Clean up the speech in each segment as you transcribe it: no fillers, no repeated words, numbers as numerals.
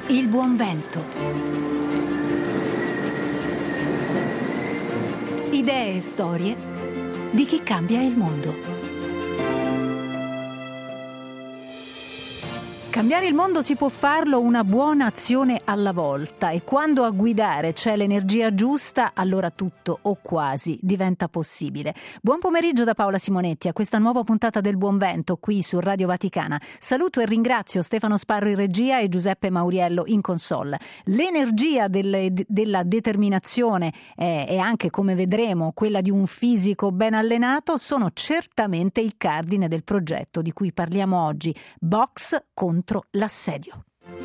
Il buon vento. Idee e storie di chi cambia il mondo. Cambiare il mondo si può farlo una buona azione alla volta, e quando a guidare c'è l'energia giusta, allora tutto o quasi diventa possibile. Buon pomeriggio da Paola Simonetti a questa nuova puntata del Buon Vento qui su Radio Vaticana. Saluto e ringrazio Stefano Sparro in regia e Giuseppe Mauriello in console. L'energia della determinazione e anche, come vedremo, quella di un fisico ben allenato sono certamente il cardine del progetto di cui parliamo oggi, Box contro l'assedio.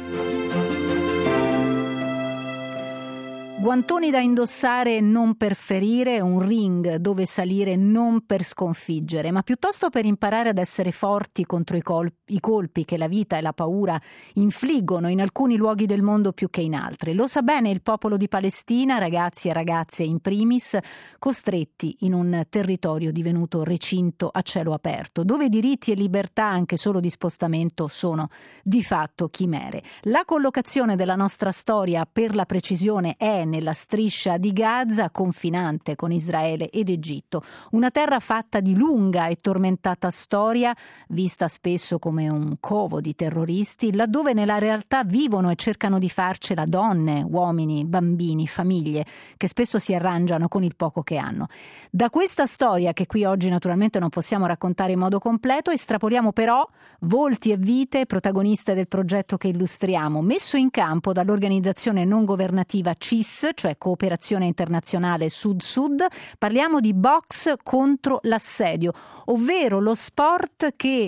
Guantoni da indossare non per ferire, un ring dove salire non per sconfiggere, ma piuttosto per imparare ad essere forti contro i colpi che la vita e la paura infliggono in alcuni luoghi del mondo più che in altri. Lo sa bene il popolo di Palestina, ragazzi e ragazze in primis, costretti in un territorio divenuto recinto a cielo aperto, dove diritti e libertà anche solo di spostamento sono di fatto chimere. La collocazione della nostra storia, per la precisione, è nella striscia di Gaza, confinante con Israele ed Egitto, una terra fatta di lunga e tormentata storia, vista spesso come un covo di terroristi, laddove nella realtà vivono e cercano di farcela donne, uomini, bambini, famiglie, che spesso si arrangiano con il poco che hanno. Da questa storia, che qui oggi naturalmente non possiamo raccontare in modo completo, estrapoliamo però volti e vite protagoniste del progetto che illustriamo, messo in campo dall'organizzazione non governativa CIS, cioè Cooperazione Internazionale Sud-Sud. Parliamo di Box contro l'assedio, ovvero lo sport che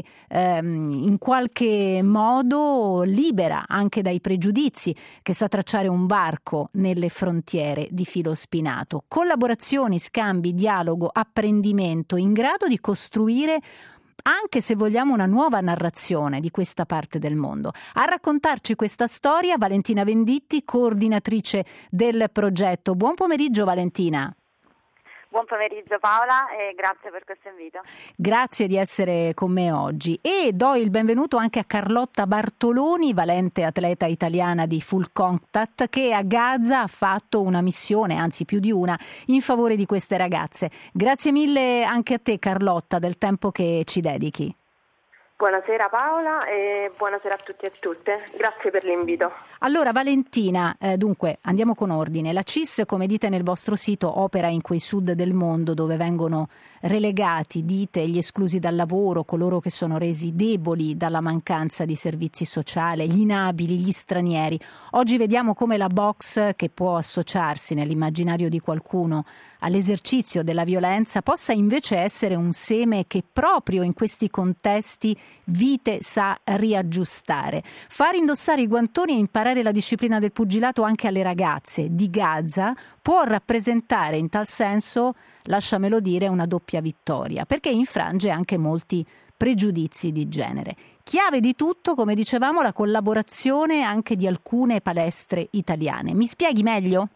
in qualche modo libera anche dai pregiudizi, che sa tracciare un varco nelle frontiere di filo spinato. Collaborazioni, scambi, dialogo, apprendimento in grado di costruire, anche se vogliamo, una nuova narrazione di questa parte del mondo. A raccontarci questa storia Valentina Venditti, coordinatrice del progetto. Buon pomeriggio Valentina. Buon pomeriggio Paola e grazie per questo invito. Grazie di essere con me oggi, e do il benvenuto anche a Carlotta Bartoloni, valente atleta italiana di Full Contact, che a Gaza ha fatto una missione, anzi più di una, in favore di queste ragazze. Grazie mille anche a te Carlotta del tempo che ci dedichi. Buonasera Paola e buonasera a tutti e a tutte, grazie per l'invito. Allora Valentina, dunque andiamo con ordine. La CIS, come dite nel vostro sito, opera in quei sud del mondo dove vengono relegati, dite, gli esclusi dal lavoro, coloro che sono resi deboli dalla mancanza di servizi sociali, gli inabili, gli stranieri. Oggi vediamo come la Box, che può associarsi nell'immaginario di qualcuno all'esercizio della violenza, possa invece essere un seme che proprio in questi contesti vite sa riaggiustare. Far indossare i guantoni e imparare la disciplina del pugilato anche alle ragazze di Gaza può rappresentare in tal senso, lasciamelo dire, una doppia vittoria, perché infrange anche molti pregiudizi di genere. Chiave di tutto, come dicevamo, la collaborazione anche di alcune palestre italiane. Mi spieghi meglio?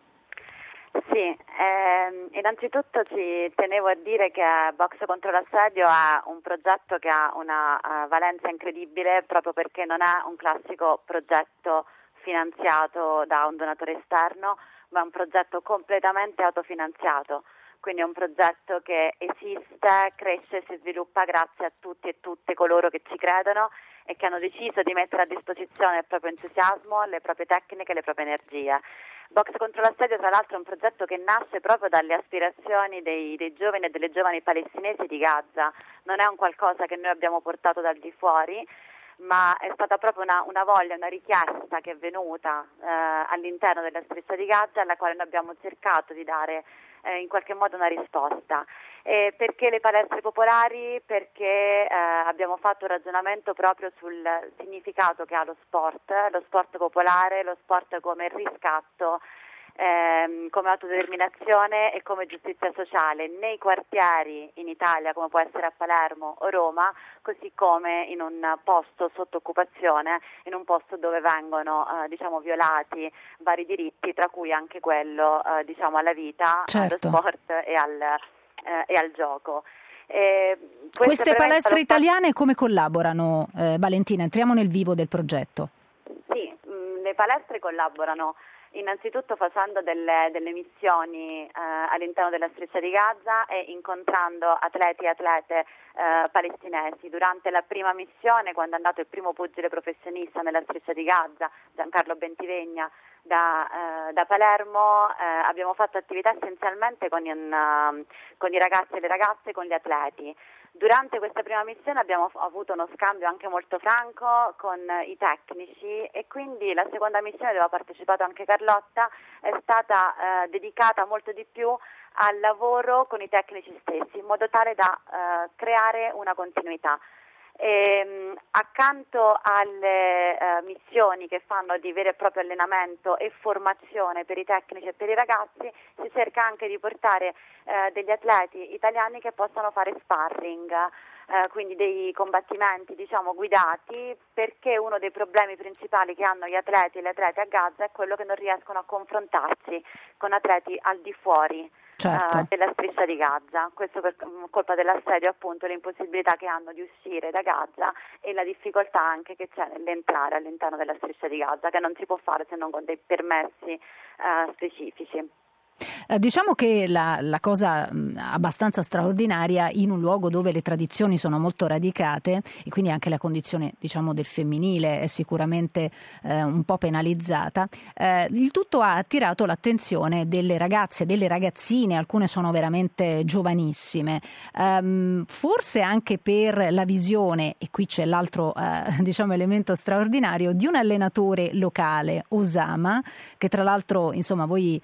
Sì, innanzitutto ci tenevo a dire che Box contro l'assedio è un progetto che ha una valenza incredibile, proprio perché non è un classico progetto finanziato da un donatore esterno, ma è un progetto completamente autofinanziato. Quindi è un progetto che esiste, cresce e si sviluppa grazie a tutti e tutte coloro che ci credono e che hanno deciso di mettere a disposizione il proprio entusiasmo, le proprie tecniche e le proprie energie. Box contro l'assedio, tra l'altro, è un progetto che nasce proprio dalle aspirazioni dei giovani e delle giovani palestinesi di Gaza. Non è un qualcosa che noi abbiamo portato dal di fuori, ma è stata proprio una voglia, una richiesta che è venuta all'interno della striscia di Gaza, alla quale noi abbiamo cercato di dare in qualche modo una risposta. Perché le palestre popolari? Perché abbiamo fatto un ragionamento proprio sul significato che ha lo sport popolare, lo sport come riscatto, come autodeterminazione e come giustizia sociale nei quartieri in Italia, come può essere a Palermo o Roma, così come in un posto sotto occupazione, in un posto dove vengono violati vari diritti, tra cui anche quello alla vita, certo, allo sport e al gioco. Queste palestre italiane come collaborano, Valentina? Entriamo nel vivo del progetto. Sì, le palestre collaborano innanzitutto facendo delle missioni all'interno della Striscia di Gaza e incontrando atleti e atlete palestinesi. Durante la prima missione, quando è andato il primo pugile professionista nella Striscia di Gaza, Giancarlo Bentivegna, da Palermo, abbiamo fatto attività essenzialmente con i ragazzi e le ragazze, con gli atleti. Durante questa prima missione abbiamo avuto uno scambio anche molto franco con i tecnici e quindi la seconda missione, dove ha partecipato anche Carlotta, è stata dedicata molto di più al lavoro con i tecnici stessi, in modo tale da creare una continuità. Accanto alle missioni che fanno di vero e proprio allenamento e formazione per i tecnici e per i ragazzi, si cerca anche di portare degli atleti italiani che possano fare sparring, quindi dei combattimenti guidati, perché uno dei problemi principali che hanno gli atleti e le atlete a Gaza è quello che non riescono a confrontarsi con atleti al di fuori. Certo. Della Striscia di Gaza, questo per colpa dell'assedio, appunto, l'impossibilità che hanno di uscire da Gaza e la difficoltà anche che c'è nell'entrare all'interno della Striscia di Gaza, che non si può fare se non con dei permessi specifici. Diciamo che la cosa abbastanza straordinaria in un luogo dove le tradizioni sono molto radicate e quindi anche la condizione del femminile è sicuramente un po' penalizzata, il tutto ha attirato l'attenzione delle ragazze, delle ragazzine, alcune sono veramente giovanissime, forse anche per la visione, e qui c'è l'altro elemento straordinario, di un allenatore locale, Osama, che tra l'altro voi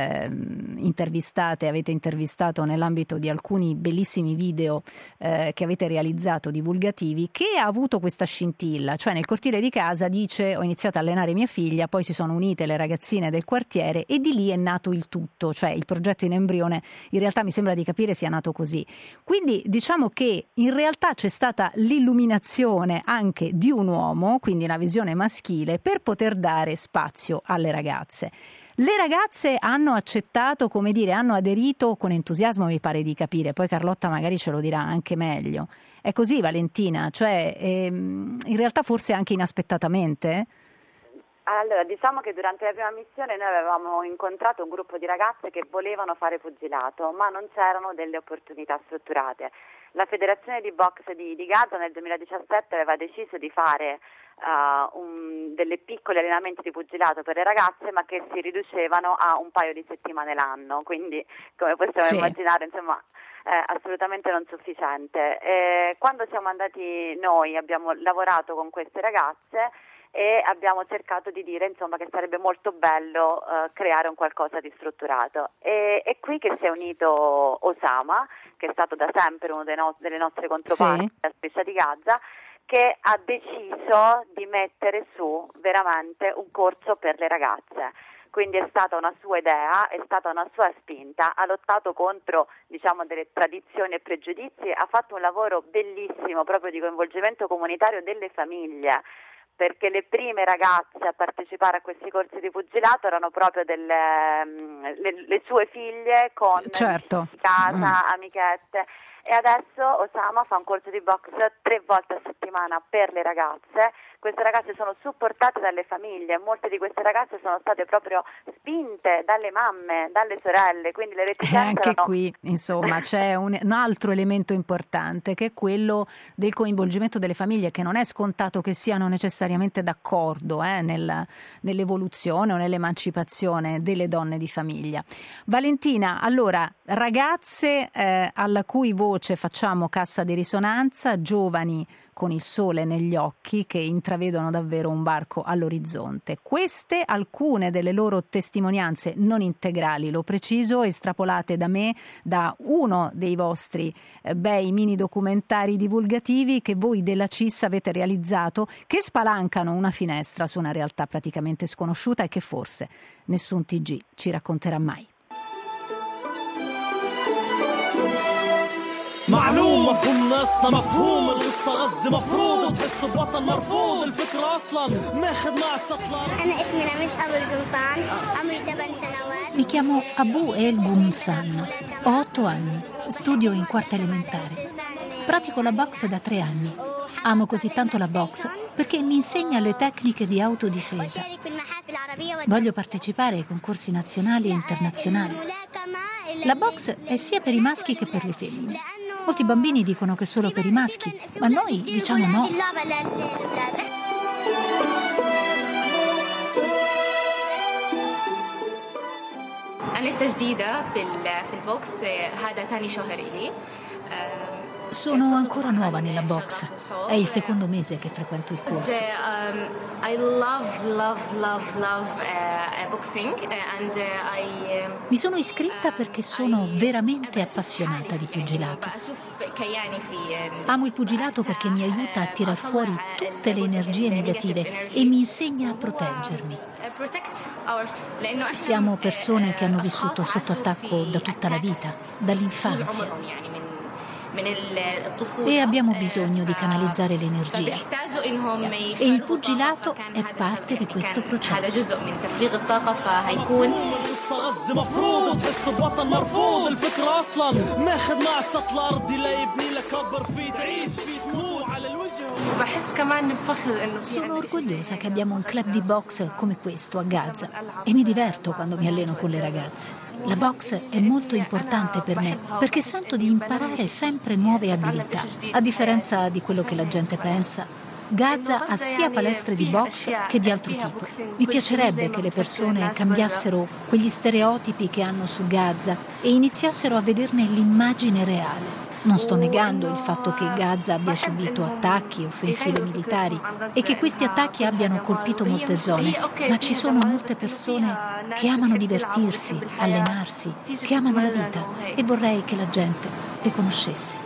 avete intervistato nell'ambito di alcuni bellissimi video che avete realizzato divulgativi, che ha avuto questa scintilla, cioè nel cortile di casa dice: ho iniziato a allenare mia figlia, poi si sono unite le ragazzine del quartiere e di lì è nato il tutto, cioè il progetto in embrione in realtà mi sembra di capire sia nato così. Quindi diciamo che in realtà c'è stata l'illuminazione anche di un uomo, quindi una visione maschile, per poter dare spazio alle ragazze. Le ragazze hanno accettato, hanno aderito con entusiasmo, mi pare di capire, poi Carlotta magari ce lo dirà anche meglio. È così, Valentina? Cioè, in realtà forse anche inaspettatamente? Allora, diciamo che durante la prima missione noi avevamo incontrato un gruppo di ragazze che volevano fare pugilato, ma non c'erano delle opportunità strutturate. La Federazione di Box di Gaza nel 2017 aveva deciso di fare delle piccoli allenamenti di pugilato per le ragazze, ma che si riducevano a un paio di settimane l'anno, quindi come possiamo immaginare, assolutamente non sufficiente. Quando siamo andati noi abbiamo lavorato con queste ragazze e abbiamo cercato di dire che sarebbe molto bello creare un qualcosa di strutturato, e qui che si è unito Osama, che è stato da sempre uno delle nostre controparti della Striscia di Gaza, che ha deciso di mettere su veramente un corso per le ragazze. Quindi è stata una sua idea, è stata una sua spinta, ha lottato contro delle tradizioni e pregiudizi, ha fatto un lavoro bellissimo proprio di coinvolgimento comunitario delle famiglie, perché le prime ragazze a partecipare a questi corsi di pugilato erano proprio le sue figlie con casa, amichette, e adesso Osama fa un corso di box 3 volte a settimana per le ragazze. Queste ragazze sono supportate dalle famiglie, molte di queste ragazze sono state proprio spinte dalle mamme, dalle sorelle, quindi le reticenze anche qui c'è un altro elemento importante, che è quello del coinvolgimento delle famiglie, che non è scontato che siano necessariamente d'accordo nell'evoluzione o nell'emancipazione delle donne di famiglia. Valentina, allora, ragazze alla cui voce facciamo cassa di risonanza, giovani con il sole negli occhi, che intravedono davvero un varco all'orizzonte. Queste alcune delle loro testimonianze non integrali, lo preciso, estrapolate da me da uno dei vostri bei mini documentari divulgativi che voi della CIS avete realizzato, che spalancano una finestra su una realtà praticamente sconosciuta e che forse nessun TG ci racconterà mai. معلوم مفهوم ناسنا مفهوم القصة غزة مفروض تحس بوطن مرفوض الفكرة أصلا ماخذ مع السطلان. أنا اسمي لميس أبو القمصان عمري 8 سنوات. Mi chiamo Abu El Gumsan, ho 8 anni, studio in quarta elementare. Pratico la box da 3 anni. Amo così tanto la box perché mi insegna le tecniche di autodifesa. Voglio partecipare ai concorsi nazionali e internazionali. La box è sia per i maschi che per le femmine. Molti bambini dicono che è solo per i maschi, ma noi diciamo no. Sono ancora nuova nella box. È il secondo mese che frequento il corso. Mi sono iscritta perché sono veramente appassionata di pugilato. Amo il pugilato perché mi aiuta a tirar fuori tutte le energie negative e mi insegna a proteggermi. Siamo persone che hanno vissuto sotto attacco da tutta la vita, dall'infanzia. E abbiamo bisogno di canalizzare l'energia. E il pugilato è parte di questo processo. Sono orgogliosa che abbiamo un club di box come questo a Gaza e mi diverto quando mi alleno con le ragazze. La box è molto importante per me perché sento di imparare sempre nuove abilità. A differenza di quello che la gente pensa, Gaza ha sia palestre di box che di altro tipo. Mi piacerebbe che le persone cambiassero quegli stereotipi che hanno su Gaza e iniziassero a vederne l'immagine reale. Non sto negando il fatto che Gaza abbia subito attacchi, offensive militari e che questi attacchi abbiano colpito molte zone, ma ci sono molte persone che amano divertirsi, allenarsi, che amano la vita e vorrei che la gente le conoscesse.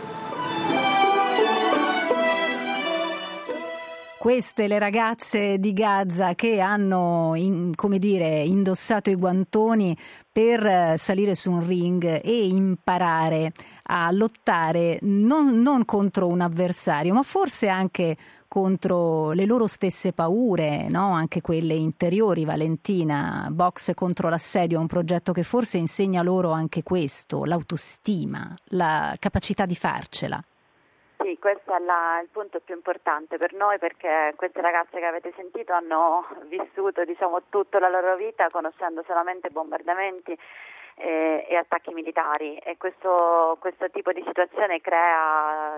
Queste le ragazze di Gaza che hanno, indossato i guantoni per salire su un ring e imparare a lottare non contro un avversario, ma forse anche contro le loro stesse paure, no? Anche quelle interiori. Valentina, Box contro l'assedio è un progetto che forse insegna loro anche questo, l'autostima, la capacità di farcela. Sì, questo è il punto più importante per noi, perché queste ragazze che avete sentito hanno vissuto tutta la loro vita conoscendo solamente bombardamenti e attacchi militari, e questo tipo di situazione crea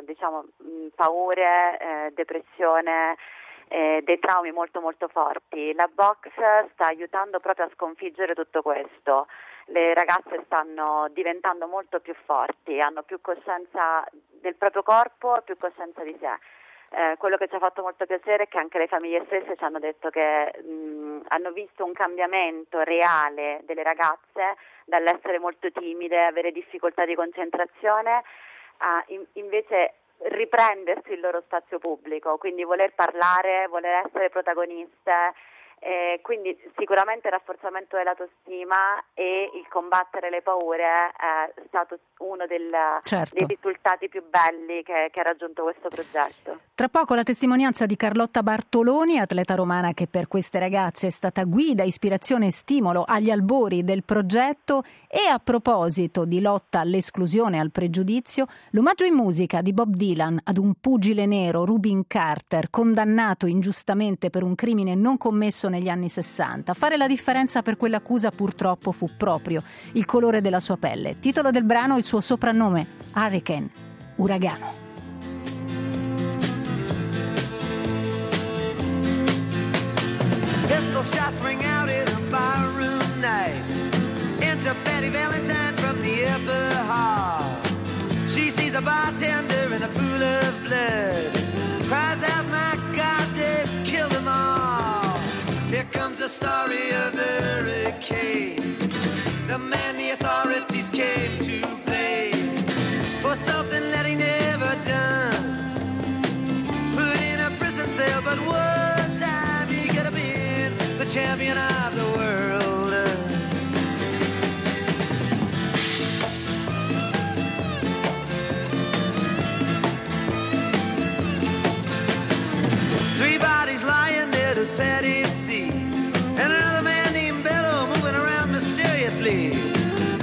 paure, depressione, dei traumi molto molto forti. La box sta aiutando proprio a sconfiggere tutto questo. Le ragazze stanno diventando molto più forti, hanno più coscienza del proprio corpo, più coscienza di sé. Quello che ci ha fatto molto piacere è che anche le famiglie stesse ci hanno detto che hanno visto un cambiamento reale delle ragazze dall'essere molto timide, avere difficoltà di concentrazione, a invece riprendersi il loro spazio pubblico, quindi voler parlare, voler essere protagoniste. Quindi sicuramente il rafforzamento dell'autostima e il combattere le paure è stato uno dei risultati più belli che ha raggiunto questo progetto. Tra poco la testimonianza di Carlotta Bartoloni, atleta romana che per queste ragazze è stata guida, ispirazione e stimolo agli albori del progetto. E a proposito di lotta all'esclusione e al pregiudizio, l'omaggio in musica di Bob Dylan ad un pugile nero, Rubin Carter, condannato ingiustamente per un crimine non commesso negli anni 60. A fare la differenza per quell'accusa purtroppo fu proprio il colore della sua pelle. Titolo del brano, il suo soprannome, Hurricane, uragano. Pistol shots ring out in a barroom night. Enter Betty Valentine from the upper hall. She sees a bartender in a pool of blood. Cries out, my God, they've killed them all. Here comes the story of the hurricane. The man the authorities came to blame for something that he never done. Put in a prison cell, but one time he could have been the champion of the world. Three bodies lying dead as Patty C. And another man named Bello moving around mysteriously.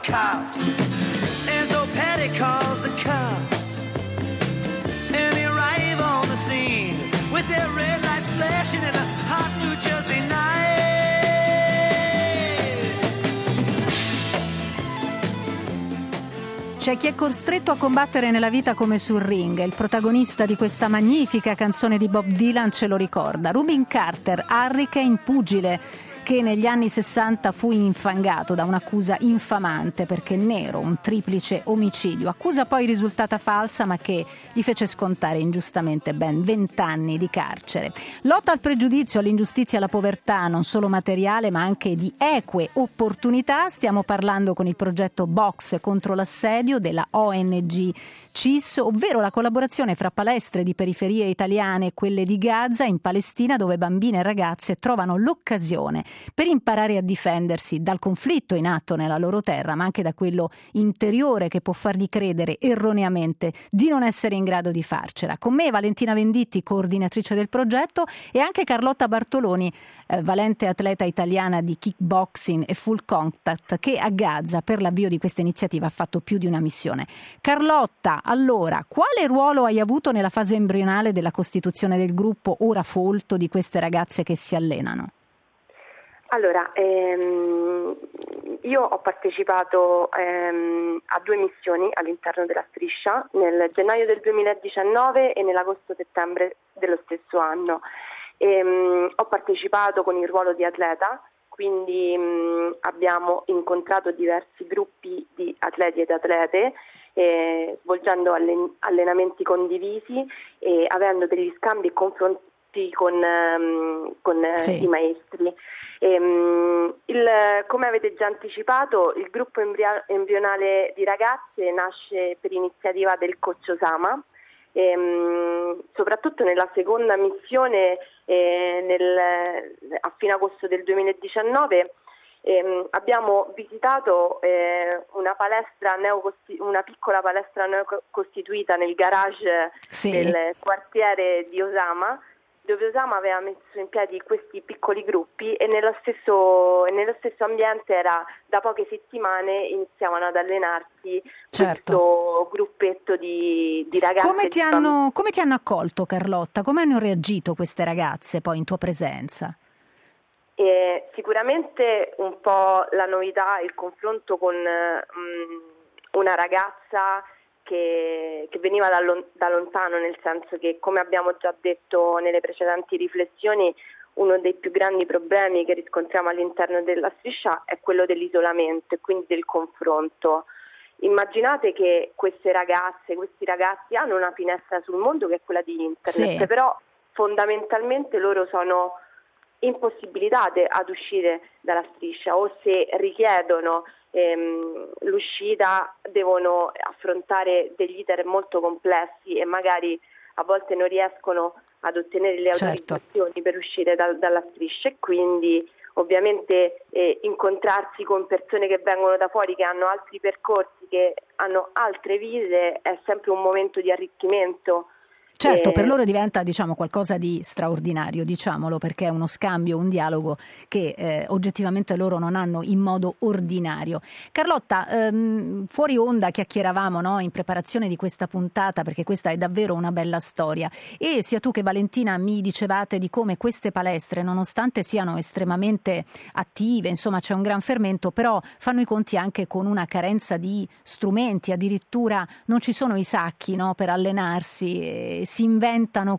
cops. And so Patty calls the cops, and they arrive on the scene with their red lights flashing in a hot New Jersey night. C'è chi è costretto a combattere nella vita come sul ring. Il protagonista di questa magnifica canzone di Bob Dylan ce lo ricorda. Rubin Carter, hurricane pugile, che negli anni 60 fu infangato da un'accusa infamante perché nero, un triplice omicidio, accusa poi risultata falsa ma che gli fece scontare ingiustamente ben 20 anni di carcere. Lotta al pregiudizio, all'ingiustizia e alla povertà, non solo materiale ma anche di eque opportunità. Stiamo parlando con il progetto Box contro l'assedio della ONG CIS, ovvero la collaborazione fra palestre di periferie italiane e quelle di Gaza in Palestina, dove bambine e ragazze trovano l'occasione per imparare a difendersi dal conflitto in atto nella loro terra, ma anche da quello interiore che può fargli credere erroneamente di non essere in grado di farcela. Con me Valentina Venditti, coordinatrice del progetto, e anche Carlotta Bartoloni, valente atleta italiana di kickboxing e full contact, che a Gaza per l'avvio di questa iniziativa ha fatto più di una missione. Carlotta, allora, quale ruolo hai avuto nella fase embrionale della costituzione del gruppo ora folto di queste ragazze che si allenano? Allora, io ho partecipato a 2 missioni all'interno della striscia, nel gennaio del 2019 e nell'agosto-settembre dello stesso anno. Ho partecipato con il ruolo di atleta, quindi abbiamo incontrato diversi gruppi di atleti ed atlete, svolgendo allenamenti condivisi e avendo degli scambi e confronti con sì. i maestri. Come avete già anticipato, il gruppo embrionale di ragazze nasce per iniziativa del coach Osama. Soprattutto nella seconda missione a fine agosto del 2019 abbiamo visitato una piccola palestra neocostituita nel garage del quartiere di Osama, dove Osama aveva messo in piedi questi piccoli gruppi e nello stesso ambiente da poche settimane iniziavano ad allenarsi. Certo. Questo gruppetto di ragazze. Come ti hanno accolto, Carlotta? Come hanno reagito queste ragazze poi in tua presenza? Sicuramente un po' la novità, il confronto con una ragazza che veniva da lontano, nel senso che, come abbiamo già detto nelle precedenti riflessioni, uno dei più grandi problemi che riscontriamo all'interno della striscia è quello dell'isolamento e quindi del confronto. Immaginate che queste ragazze, questi ragazzi hanno una finestra sul mondo che è quella di internet, sì. Però fondamentalmente loro sono impossibilitate ad uscire dalla striscia, o se richiedono l'uscita devono affrontare degli iter molto complessi e magari a volte non riescono ad ottenere le autorizzazioni per uscire dalla striscia, e quindi ovviamente incontrarsi con persone che vengono da fuori, che hanno altri percorsi, che hanno altre vite, è sempre un momento di arricchimento. Certo, per loro diventa, qualcosa di straordinario, diciamolo, perché è uno scambio, un dialogo che oggettivamente loro non hanno in modo ordinario. Carlotta, fuori onda chiacchieravamo, no, in preparazione di questa puntata, perché questa è davvero una bella storia, e sia tu che Valentina mi dicevate di come queste palestre, nonostante siano estremamente attive, insomma c'è un gran fermento, però fanno i conti anche con una carenza di strumenti, addirittura non ci sono i sacchi, no, per allenarsi, si inventano,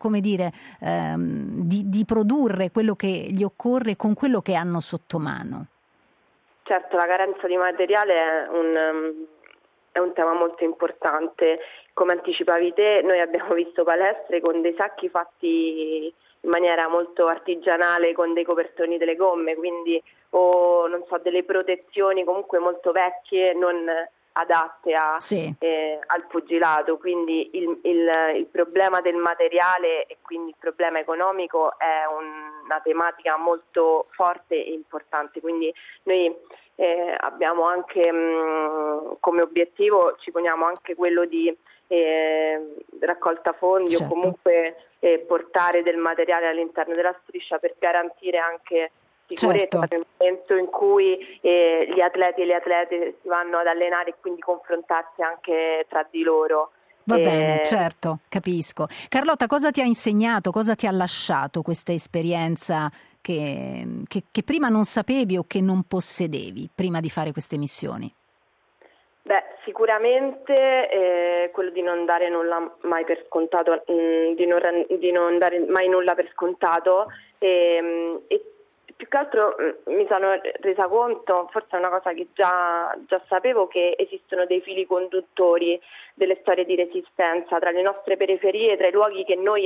di produrre quello che gli occorre con quello che hanno sotto mano. Certo, la carenza di materiale è un tema molto importante. Come anticipavi te, noi abbiamo visto palestre con dei sacchi fatti in maniera molto artigianale, con dei copertoni delle gomme, quindi delle protezioni comunque molto vecchie, non adatte al pugilato, quindi il problema del materiale e quindi il problema economico è una tematica molto forte e importante, quindi noi abbiamo anche come obiettivo, ci poniamo anche quello di raccolta fondi, certo, o comunque portare del materiale all'interno della striscia per garantire anche sicurezza, certo. nel momento in cui gli atleti e le atlete si vanno ad allenare e quindi confrontarsi anche tra di loro. Va bene, certo, capisco. Carlotta, cosa ti ha insegnato, cosa ti ha lasciato questa esperienza che prima non sapevi o che non possedevi prima di fare queste missioni? Beh, sicuramente quello di non dare nulla mai per scontato, di non dare mai nulla per scontato e più che altro mi sono resa conto, forse è una cosa che già sapevo, che esistono dei fili conduttori delle storie di resistenza tra le nostre periferie, tra i luoghi che noi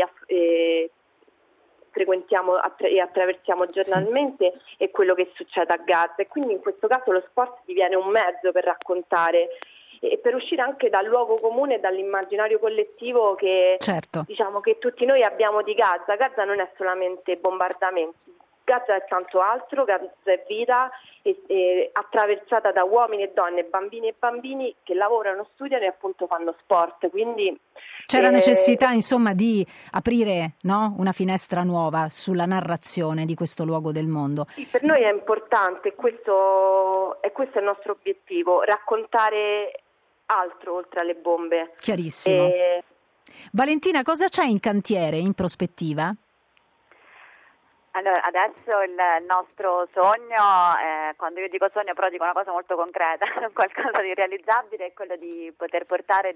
frequentiamo e attraversiamo giornalmente e quello che succede a Gaza, e quindi in questo caso lo sport diviene un mezzo per raccontare e per uscire anche dal luogo comune e dall'immaginario collettivo che certo. diciamo che tutti noi abbiamo di Gaza. Gaza non è solamente bombardamenti, Gaza è tanto altro, Gaza è vita, attraversata da uomini e donne, bambini e bambini che lavorano, studiano e appunto fanno sport. Quindi c'era necessità insomma di aprire, no? Una finestra nuova sulla narrazione di questo luogo del mondo. Sì, per noi è importante, questo è il nostro obiettivo, raccontare altro oltre alle bombe. Chiarissimo. Valentina, cosa c'è in cantiere, in prospettiva? Allora, adesso il nostro sogno, quando io dico sogno però dico una cosa molto concreta, qualcosa di realizzabile, è quello di poter portare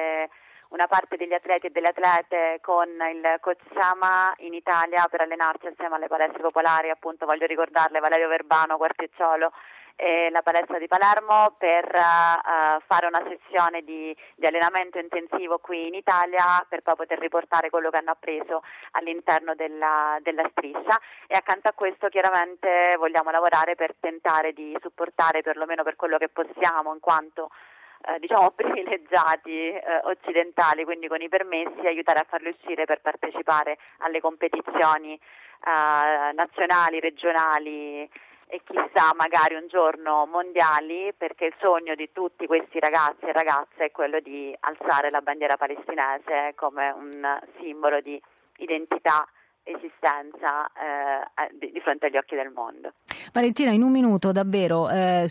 una parte degli atleti e delle atlete con il coach Sama in Italia per allenarsi assieme alle palestre popolari, appunto voglio ricordarle Valerio Verbano, Quarticciolo e la palestra di Palermo, per fare una sessione di allenamento intensivo qui in Italia per poi poter riportare quello che hanno appreso all'interno della striscia, e accanto a questo chiaramente vogliamo lavorare per tentare di supportare perlomeno per quello che possiamo in quanto diciamo privilegiati occidentali, quindi con i permessi, aiutare a farli uscire per partecipare alle competizioni nazionali, regionali e chissà magari un giorno mondiali, perché il sogno di tutti questi ragazzi e ragazze è quello di alzare la bandiera palestinese come un simbolo di identità, esistenza di fronte agli occhi del mondo. Valentina, in un minuto davvero,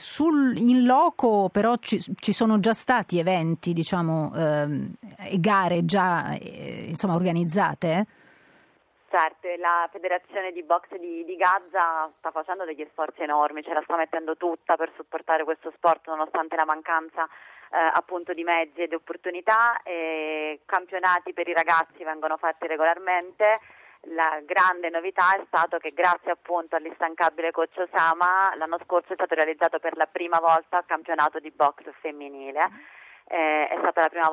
in loco però ci sono già stati eventi, diciamo, e gare già insomma organizzate? Certo, la federazione di box di Gaza sta facendo degli sforzi enormi, ce la sta mettendo tutta per supportare questo sport nonostante la mancanza appunto di mezzi e di opportunità. Campionati per i ragazzi vengono fatti regolarmente. La grande novità è stato che grazie appunto all'instancabile coach Osama l'anno scorso è stato realizzato per la prima volta il campionato di box femminile. È stata la prima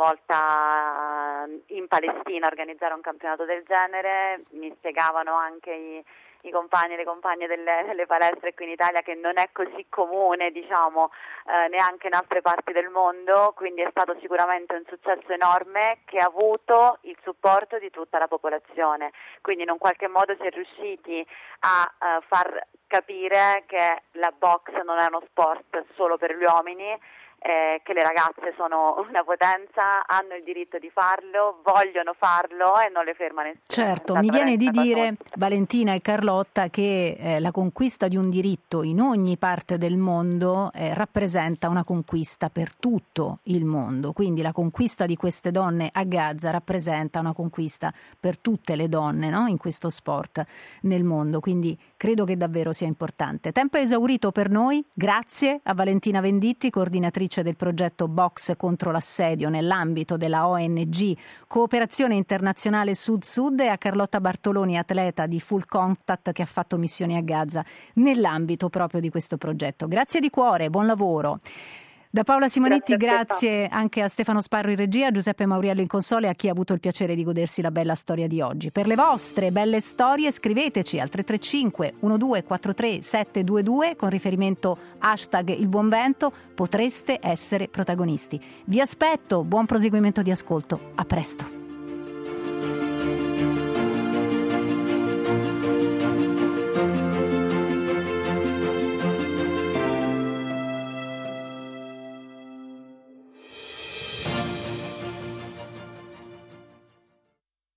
volta in Palestina a organizzare un campionato del genere. Mi spiegavano anche i compagni e le compagne delle palestre qui in Italia che non è così comune, diciamo, neanche in altre parti del mondo, quindi è stato sicuramente un successo enorme che ha avuto il supporto di tutta la popolazione, quindi in un qualche modo si è riusciti a far capire che la box non è uno sport solo per gli uomini, che le ragazze sono una potenza, hanno il diritto di farlo, vogliono farlo e non le ferma nessuno. Certo, mi viene di dire, Valentina e Carlotta, che la conquista di un diritto in ogni parte del mondo rappresenta una conquista per tutto il mondo, quindi la conquista di queste donne a Gaza rappresenta una conquista per tutte le donne, no? In questo sport nel mondo, quindi credo che davvero sia importante. Tempo esaurito per noi, grazie a Valentina Venditti, coordinatrice del progetto Box contro l'assedio nell'ambito della ONG Cooperazione Internazionale Sud-Sud, e a Carlotta Bartoloni, atleta di Full Contact che ha fatto missioni a Gaza nell'ambito proprio di questo progetto. Grazie di cuore, buon lavoro. Da Paola Simonetti grazie anche a Stefano Sparro in regia, a Giuseppe Mauriello in console e a chi ha avuto il piacere di godersi la bella storia di oggi. Per le vostre belle storie scriveteci al 335 1243 722 con riferimento #ilbuonvento, potreste essere protagonisti. Vi aspetto, buon proseguimento di ascolto, a presto.